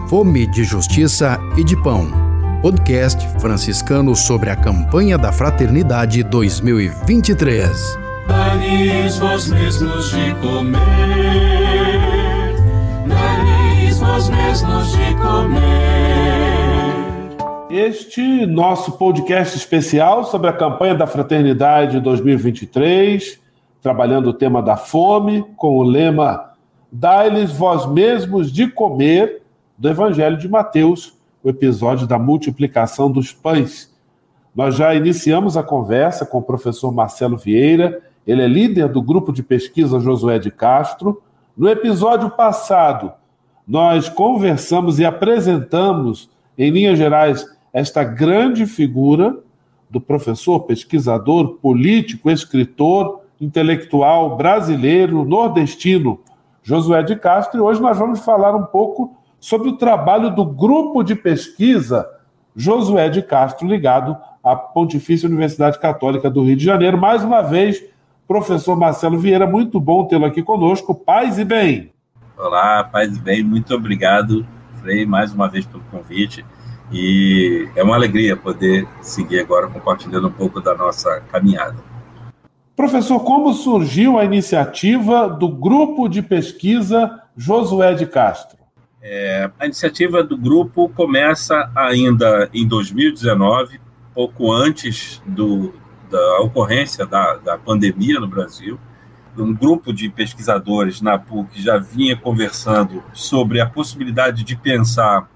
Fome de Justiça e de Pão, podcast franciscano sobre a campanha da Fraternidade 2023. Dai-lhes vós mesmos de comer, dai-lhes vós mesmos de comer. Este nosso podcast especial sobre a campanha da Fraternidade 2023, trabalhando o tema da fome, com o lema Dai-lhes vós mesmos de comer, do Evangelho de Mateus, o episódio da multiplicação dos pães. Nós já iniciamos a conversa com o professor Marcelo Vieira, ele é líder do grupo de pesquisa Josué de Castro. No episódio passado, nós conversamos e apresentamos, em linhas gerais, esta grande figura do professor, pesquisador, político, escritor, intelectual brasileiro, nordestino, Josué de Castro, e hoje nós vamos falar um pouco sobre o trabalho do grupo de pesquisa Josué de Castro, ligado à Pontifícia Universidade Católica do Rio de Janeiro. Mais uma vez, professor Marcelo Vieira, muito bom tê-lo aqui conosco. Paz e bem. Olá, paz e bem. Muito obrigado, Frei, mais uma vez pelo convite. E é uma alegria poder seguir agora compartilhando um pouco da nossa caminhada. Professor, como surgiu a iniciativa do grupo de pesquisa Josué de Castro? A iniciativa do grupo começa ainda em 2019, pouco antes da ocorrência da pandemia no Brasil. Um grupo de pesquisadores na PUC já vinha conversando sobre a possibilidade de pensar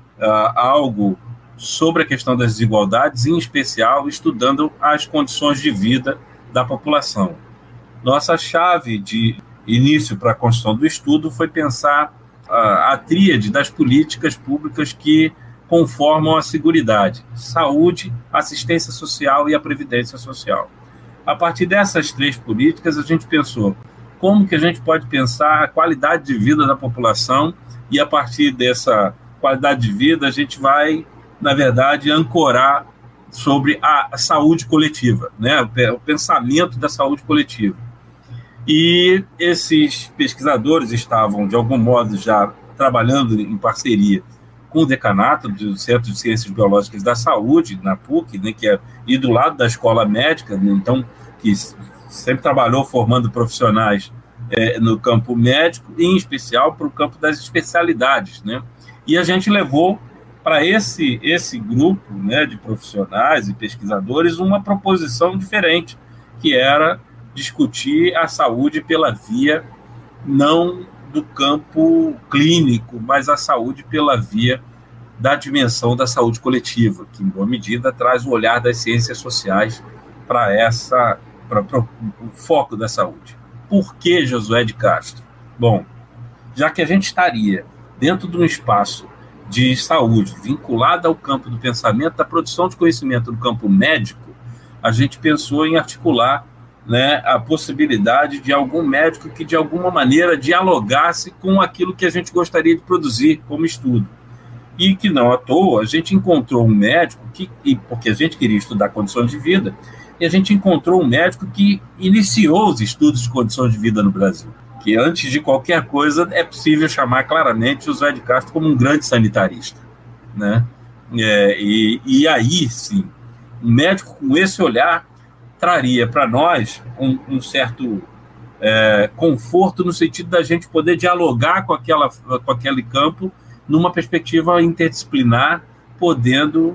algo sobre a questão das desigualdades, em especial estudando as condições de vida da população. Nossa chave de início para a construção do estudo foi pensar a tríade das políticas públicas que conformam a Seguridade: saúde, assistência social e a previdência social. A partir dessas três políticas, a gente pensou como que a gente pode pensar a qualidade de vida da população, e a partir dessa qualidade de vida a gente vai, na verdade, ancorar sobre a saúde coletiva, né? O pensamento da saúde coletiva. E esses pesquisadores estavam, de algum modo, já trabalhando em parceria com o decanato do Centro de Ciências Biológicas da Saúde, na PUC, né, e do lado da Escola Médica, né, então, que sempre trabalhou formando profissionais no campo médico, e em especial para o campo das especialidades, né? E a gente levou para esse grupo, né, de profissionais e pesquisadores uma proposição diferente, que era discutir a saúde pela via não do campo clínico, mas a saúde pela via da dimensão da saúde coletiva, que, em boa medida, traz o olhar das ciências sociais para o foco da saúde. Por que Josué de Castro? Bom, já que a gente estaria dentro de um espaço de saúde vinculado ao campo do pensamento, da produção de conhecimento no campo médico, a gente pensou em articular, né, a possibilidade de algum médico que, de alguma maneira, dialogasse com aquilo que a gente gostaria de produzir como estudo. E que, não à toa, a gente encontrou um médico, porque a gente queria estudar condições de vida, e a gente encontrou um médico que iniciou os estudos de condições de vida no Brasil. Que, antes de qualquer coisa, é possível chamar claramente Josué de Castro como um grande sanitarista, né? E aí, sim, um médico com esse olhar traria para nós um certo conforto no sentido da gente poder dialogar com aquele campo numa perspectiva interdisciplinar, podendo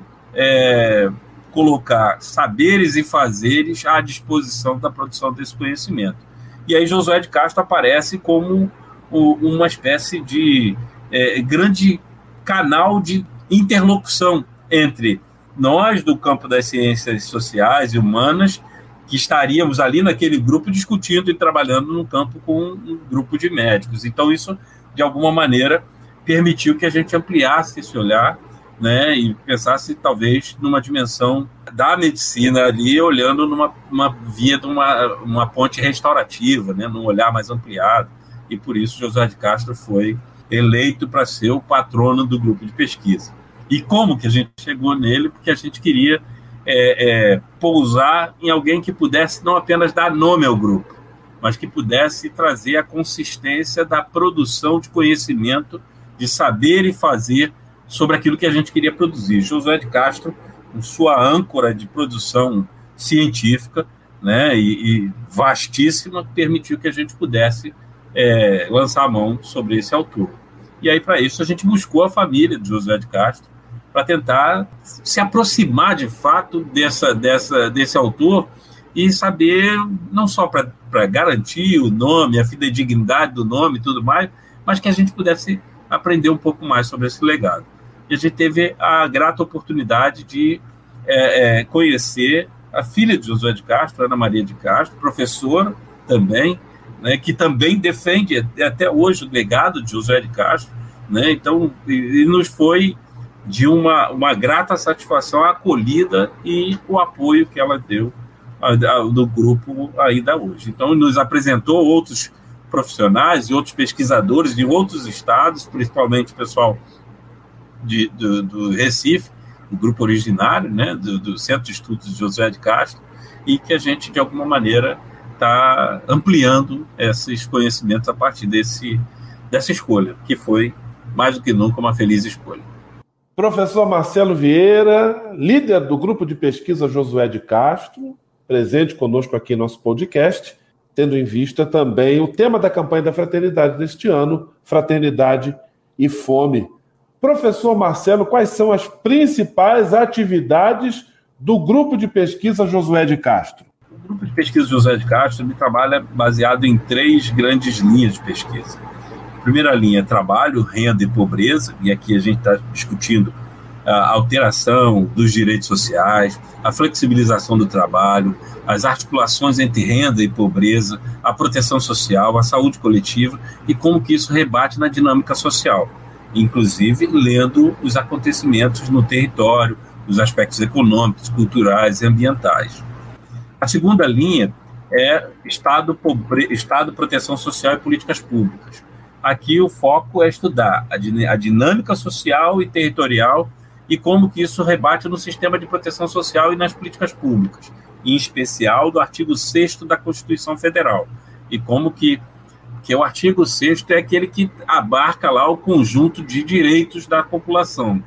colocar saberes e fazeres à disposição da produção desse conhecimento. E aí Josué de Castro aparece como uma espécie de grande canal de interlocução entre nós, do campo das ciências sociais e humanas, que estaríamos ali naquele grupo discutindo e trabalhando no campo com um grupo de médicos. Então isso, de alguma maneira, permitiu que a gente ampliasse esse olhar, né, e pensasse talvez numa dimensão da medicina ali, olhando numa via de uma ponte restaurativa, né, num olhar mais ampliado. E por isso Josué de Castro foi eleito para ser o patrono do grupo de pesquisa. E como que a gente chegou nele? Porque a gente queria pousar em alguém que pudesse não apenas dar nome ao grupo, mas que pudesse trazer a consistência da produção de conhecimento de saber e fazer sobre aquilo que a gente queria produzir. Josué de Castro, com sua âncora de produção científica, né, e vastíssima, permitiu que a gente pudesse lançar a mão sobre esse autor. E aí, para isso, a gente buscou a família de Josué de Castro para tentar se aproximar, de fato, desse autor e saber, não só para garantir o nome, a fidedignidade do nome e tudo mais, mas que a gente pudesse aprender um pouco mais sobre esse legado. E a gente teve a grata oportunidade de conhecer a filha de Josué de Castro, Ana Maria de Castro, professora também, né, que também defende até hoje o legado de Josué de Castro, né? Então, e nos foi de uma grata satisfação a acolhida e o apoio que ela deu do grupo ainda hoje. Então, nos apresentou outros profissionais e outros pesquisadores de outros estados, principalmente o pessoal do Recife, o grupo originário, né, do Centro de Estudos de Josué de Castro, e que a gente, de alguma maneira, está ampliando esses conhecimentos a partir dessa escolha, que foi, mais do que nunca, uma feliz escolha. Professor Marcelo Vieira, líder do grupo de pesquisa Josué de Castro, presente conosco aqui em nosso podcast, tendo em vista também o tema da campanha da fraternidade deste ano, Fraternidade e Fome. Professor Marcelo, quais são as principais atividades do grupo de pesquisa Josué de Castro? O grupo de pesquisa Josué de Castro trabalha baseado em 3 grandes linhas de pesquisa. A primeira linha é trabalho, renda e pobreza, e aqui a gente está discutindo a alteração dos direitos sociais, a flexibilização do trabalho, as articulações entre renda e pobreza, a proteção social, a saúde coletiva e como que isso rebate na dinâmica social, inclusive lendo os acontecimentos no território, os aspectos econômicos, culturais e ambientais. A segunda linha é Estado, proteção social e políticas públicas. Aqui o foco é estudar a dinâmica social e territorial e como que isso rebate no sistema de proteção social e nas políticas públicas, em especial do artigo 6º da Constituição Federal, e como que o artigo 6º é aquele que abarca lá o conjunto de direitos da população.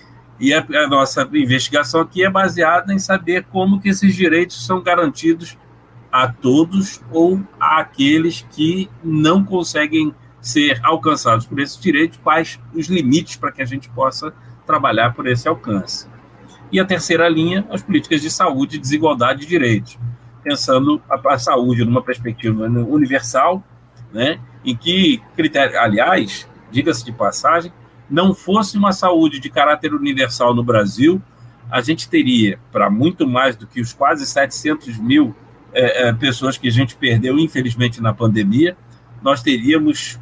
E a nossa investigação aqui é baseada em saber como que esses direitos são garantidos a todos ou àqueles que não conseguem ser alcançados por esses direitos, quais os limites para que a gente possa trabalhar por esse alcance. E a terceira linha, as políticas de saúde, desigualdade e direitos, pensando a saúde numa perspectiva universal, né, em que critério, aliás, diga-se de passagem, não fosse uma saúde de caráter universal no Brasil, a gente teria, para muito mais do que os quase 700 mil pessoas que a gente perdeu, infelizmente, na pandemia, nós teríamos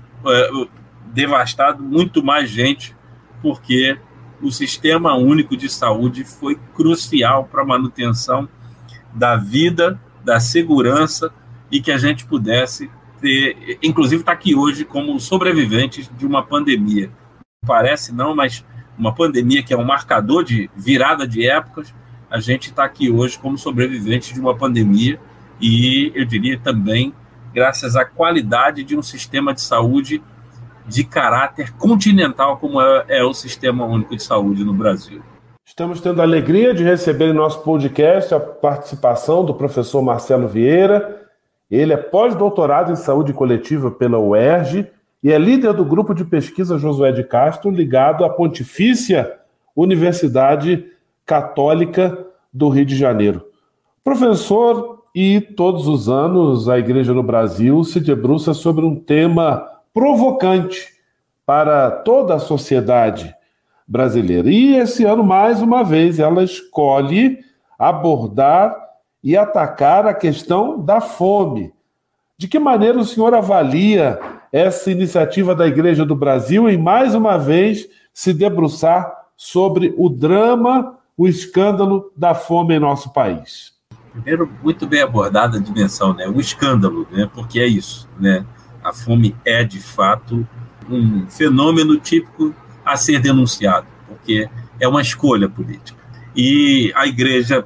devastado muito mais gente, porque o Sistema Único de Saúde foi crucial para a manutenção da vida, da segurança, e que a gente pudesse ter, inclusive está aqui hoje como sobreviventes de uma pandemia. Parece não, mas uma pandemia que é um marcador de virada de épocas, a gente está aqui hoje como sobreviventes de uma pandemia e, eu diria também, graças à qualidade de um sistema de saúde de caráter continental como é o Sistema Único de Saúde no Brasil. Estamos tendo a alegria de receber em nosso podcast a participação do professor Marcelo Vieira. Ele é pós-doutorado em saúde coletiva pela UERJ e é líder do grupo de pesquisa Josué de Castro, ligado à Pontifícia Universidade Católica do Rio de Janeiro. Professor, e todos os anos a Igreja no Brasil se debruça sobre um tema provocante para toda a sociedade brasileira. E esse ano, mais uma vez, ela escolhe abordar e atacar a questão da fome. De que maneira o senhor avalia essa iniciativa da Igreja do Brasil em, mais uma vez, se debruçar sobre o drama, o escândalo da fome em nosso país? Primeiro, muito bem abordada a dimensão, né? O escândalo, né? Porque é isso, né? A fome é, de fato, um fenômeno típico a ser denunciado, porque é uma escolha política. E a Igreja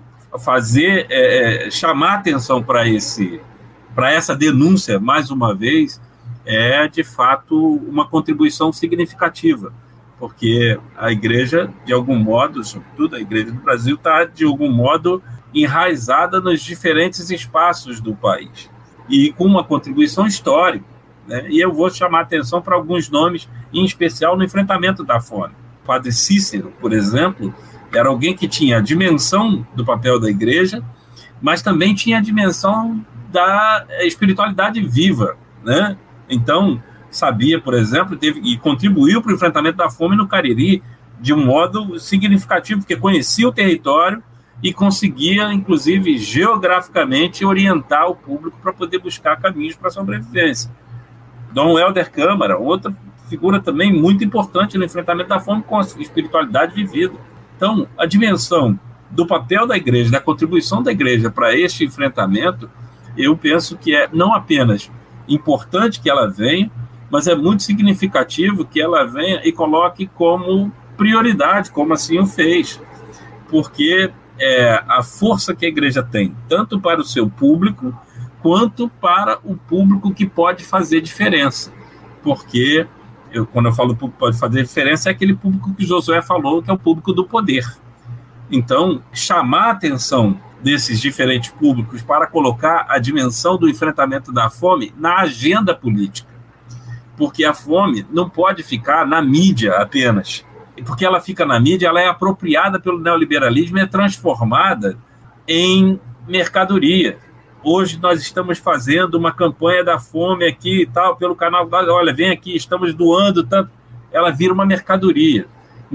chamar atenção para essa denúncia, mais uma vez, é, de fato, uma contribuição significativa, porque a igreja, de algum modo, sobretudo a igreja do Brasil, está, de algum modo, enraizada nos diferentes espaços do país, e com uma contribuição histórica, né? E eu vou chamar a atenção para alguns nomes, em especial no enfrentamento da fome. O padre Cícero, por exemplo, era alguém que tinha a dimensão do papel da igreja, mas também tinha a dimensão da espiritualidade viva, né? Então, sabia, por exemplo, e contribuiu para o enfrentamento da fome no Cariri de um modo significativo, porque conhecia o território e conseguia, inclusive, geograficamente, orientar o público para poder buscar caminhos para a sobrevivência. Dom Helder Câmara, outra figura também muito importante no enfrentamento da fome com a espiritualidade vivida. Então, a dimensão do papel da igreja, da contribuição da igreja para este enfrentamento, eu penso que é não apenas importante que ela venha, mas é muito significativo que ela venha e coloque como prioridade, como assim o fez, porque a força que a igreja tem, tanto para o seu público, quanto para o público que pode fazer diferença, porque quando eu falo público que pode fazer diferença, é aquele público que Josué falou, que é o público do poder. Então, chamar a atenção desses diferentes públicos para colocar a dimensão do enfrentamento da fome na agenda política, porque a fome não pode ficar na mídia apenas, porque ela fica na mídia, ela é apropriada pelo neoliberalismo e é transformada em mercadoria. Hoje nós estamos fazendo uma campanha da fome aqui e tal, pelo canal, olha, vem aqui, estamos doando tanto. Ela vira uma mercadoria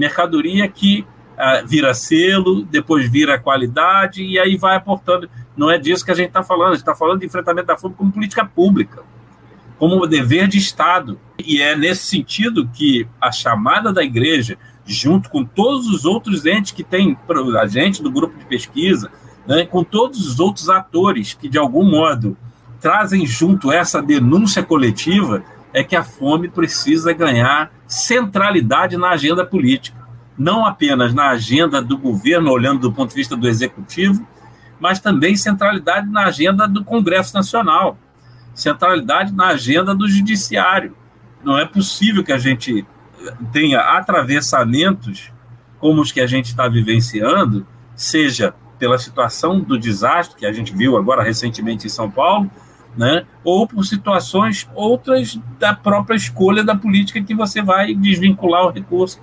que vira selo, depois vira qualidade e aí vai aportando. Não é disso que a gente está falando, a gente está falando de enfrentamento da fome como política pública, como dever de Estado. E é nesse sentido que a chamada da igreja, junto com todos os outros entes que tem, a gente do grupo de pesquisa, né, com todos os outros atores que, de algum modo, trazem junto essa denúncia coletiva, é que a fome precisa ganhar centralidade na agenda política. Não apenas na agenda do governo, olhando do ponto de vista do executivo, mas também centralidade na agenda do Congresso Nacional, centralidade na agenda do Judiciário. Não é possível que a gente tenha atravessamentos como os que a gente está vivenciando, seja pela situação do desastre que a gente viu agora recentemente em São Paulo, né, ou por situações outras da própria escolha da política que você vai desvincular o recurso.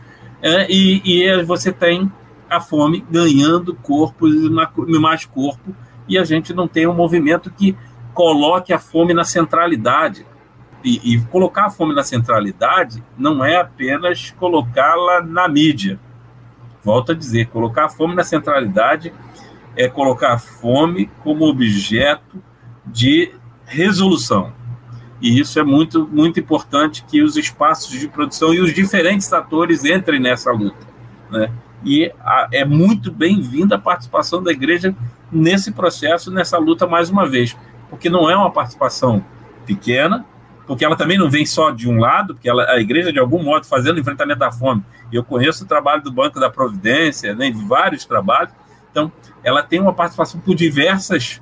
E você tem a fome ganhando corpo e mais corpo, e a gente não tem um movimento que coloque a fome na centralidade. E colocar a fome na centralidade não é apenas colocá-la na mídia. Volto a dizer, colocar a fome na centralidade é colocar a fome como objeto de resolução. E isso é muito, muito importante, que os espaços de produção e os diferentes atores entrem nessa luta, né? E é muito bem-vinda a participação da igreja nesse processo, nessa luta, mais uma vez, porque não é uma participação pequena, porque ela também não vem só de um lado, porque a igreja, de algum modo, fazendo o enfrentamento da fome. Eu conheço o trabalho do Banco da Providência, né, de vários trabalhos. Então, ela tem uma participação por diversos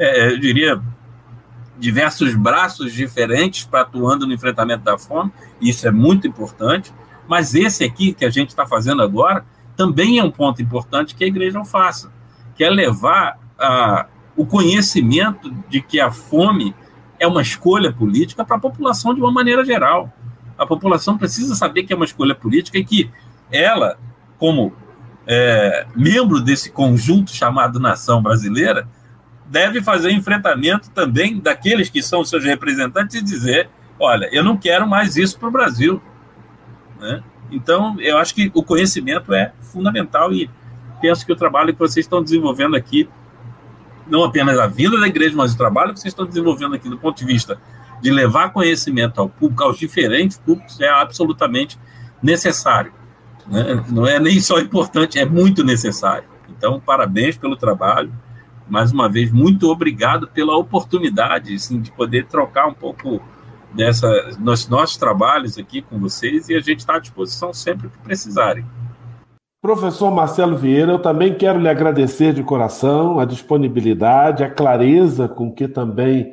braços diferentes para atuando no enfrentamento da fome, e isso é muito importante, mas esse aqui que a gente está fazendo agora também é um ponto importante que a igreja não faça, que é levar o conhecimento de que a fome é uma escolha política para a população de uma maneira geral. A população precisa saber que é uma escolha política e que ela, como membro desse conjunto chamado nação brasileira, deve fazer enfrentamento também daqueles que são seus representantes e dizer, olha, eu não quero mais isso para o Brasil, né? Então, eu acho que o conhecimento é fundamental e penso que o trabalho que vocês estão desenvolvendo aqui, não apenas a vida da igreja, mas o trabalho que vocês estão desenvolvendo aqui do ponto de vista de levar conhecimento ao público, aos diferentes públicos, é absolutamente necessário, né? Não é nem só importante, é muito necessário. Então, parabéns pelo trabalho. Mais uma vez, muito obrigado pela oportunidade, assim, de poder trocar um pouco dos nossos trabalhos aqui com vocês, e a gente está à disposição sempre que precisarem. Professor Marcelo Vieira, eu também quero lhe agradecer de coração a disponibilidade, a clareza com que também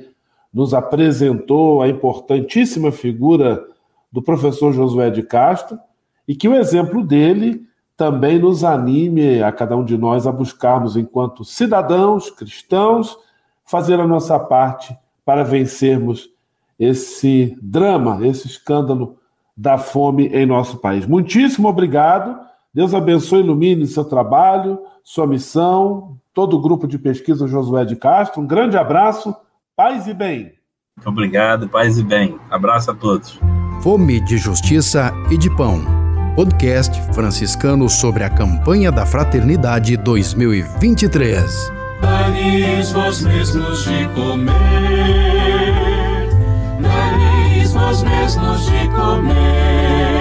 nos apresentou a importantíssima figura do professor Josué de Castro e que o exemplo dele também nos anime a cada um de nós a buscarmos, enquanto cidadãos cristãos, fazer a nossa parte para vencermos esse drama, esse escândalo da fome em nosso país. Muitíssimo obrigado. Deus abençoe e ilumine seu trabalho, sua missão, todo o grupo de pesquisa Josué de Castro. Um grande abraço, paz e bem. Obrigado, paz e bem. Abraço a todos. Fome de Justiça e de Pão. Podcast franciscano sobre a campanha da Fraternidade 2023. Dai-lhes vós mesmos de comer, dai-lhes vós mesmos de comer.